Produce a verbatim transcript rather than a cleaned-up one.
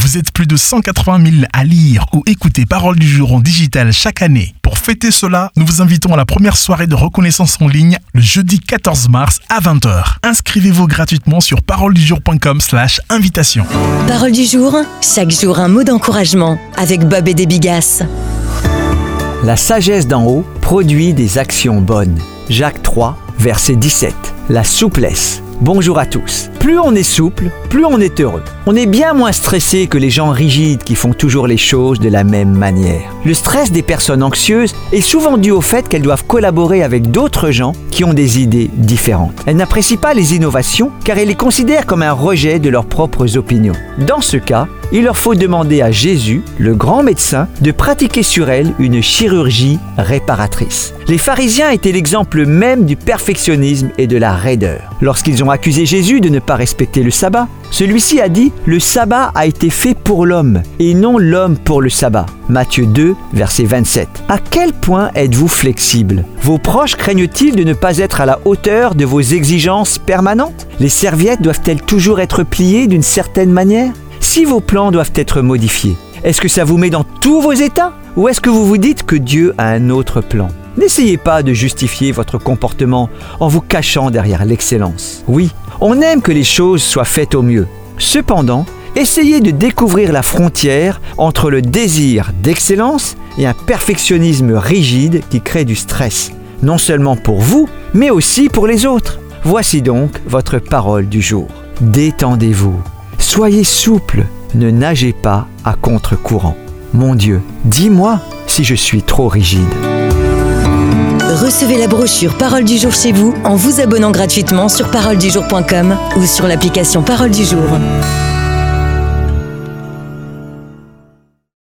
Vous êtes plus de cent quatre-vingt mille à lire ou écouter Parole du jour en digital chaque année. Pour fêter cela, nous vous invitons à la première soirée de reconnaissance en ligne le jeudi quatorze mars à vingt heures. Inscrivez-vous gratuitement sur paroledujour point com slash invitation. Parole du jour, chaque jour un mot d'encouragement avec Bob et des Bigasses. La sagesse d'en haut produit des actions bonnes. Jacques trois, verset dix-sept. La souplesse. Bonjour à tous. Plus on est souple, plus on est heureux. On est bien moins stressé que les gens rigides qui font toujours les choses de la même manière. Le stress des personnes anxieuses est souvent dû au fait qu'elles doivent collaborer avec d'autres gens qui ont des idées différentes. Elles n'apprécient pas les innovations car elles les considèrent comme un rejet de leurs propres opinions. Dans ce cas, il leur faut demander à Jésus, le grand médecin, de pratiquer sur elles une chirurgie réparatrice. Les pharisiens étaient l'exemple même du perfectionnisme et de la raideur. Lorsqu'ils ont accusé Jésus de ne pas respecter le sabbat, celui-ci a dit « Le sabbat a été fait pour l'homme et non l'homme pour le sabbat ». Matthieu deux, verset vingt-sept. À quel point êtes-vous flexible ? Vos proches craignent-ils de ne pas être à la hauteur de vos exigences permanentes ? Les serviettes doivent-elles toujours être pliées d'une certaine manière ? Si vos plans doivent être modifiés, est-ce que ça vous met dans tous vos états ? Ou est-ce que vous vous dites que Dieu a un autre plan ? N'essayez pas de justifier votre comportement en vous cachant derrière l'excellence. Oui, on aime que les choses soient faites au mieux. Cependant, essayez de découvrir la frontière entre le désir d'excellence et un perfectionnisme rigide qui crée du stress, non seulement pour vous, mais aussi pour les autres. Voici donc votre parole du jour. Détendez-vous. Soyez souple, ne nagez pas à contre-courant. Mon Dieu, dis-moi si je suis trop rigide. Recevez la brochure Parole du jour chez vous en vous abonnant gratuitement sur paroledujour point com ou sur l'application Parole du jour.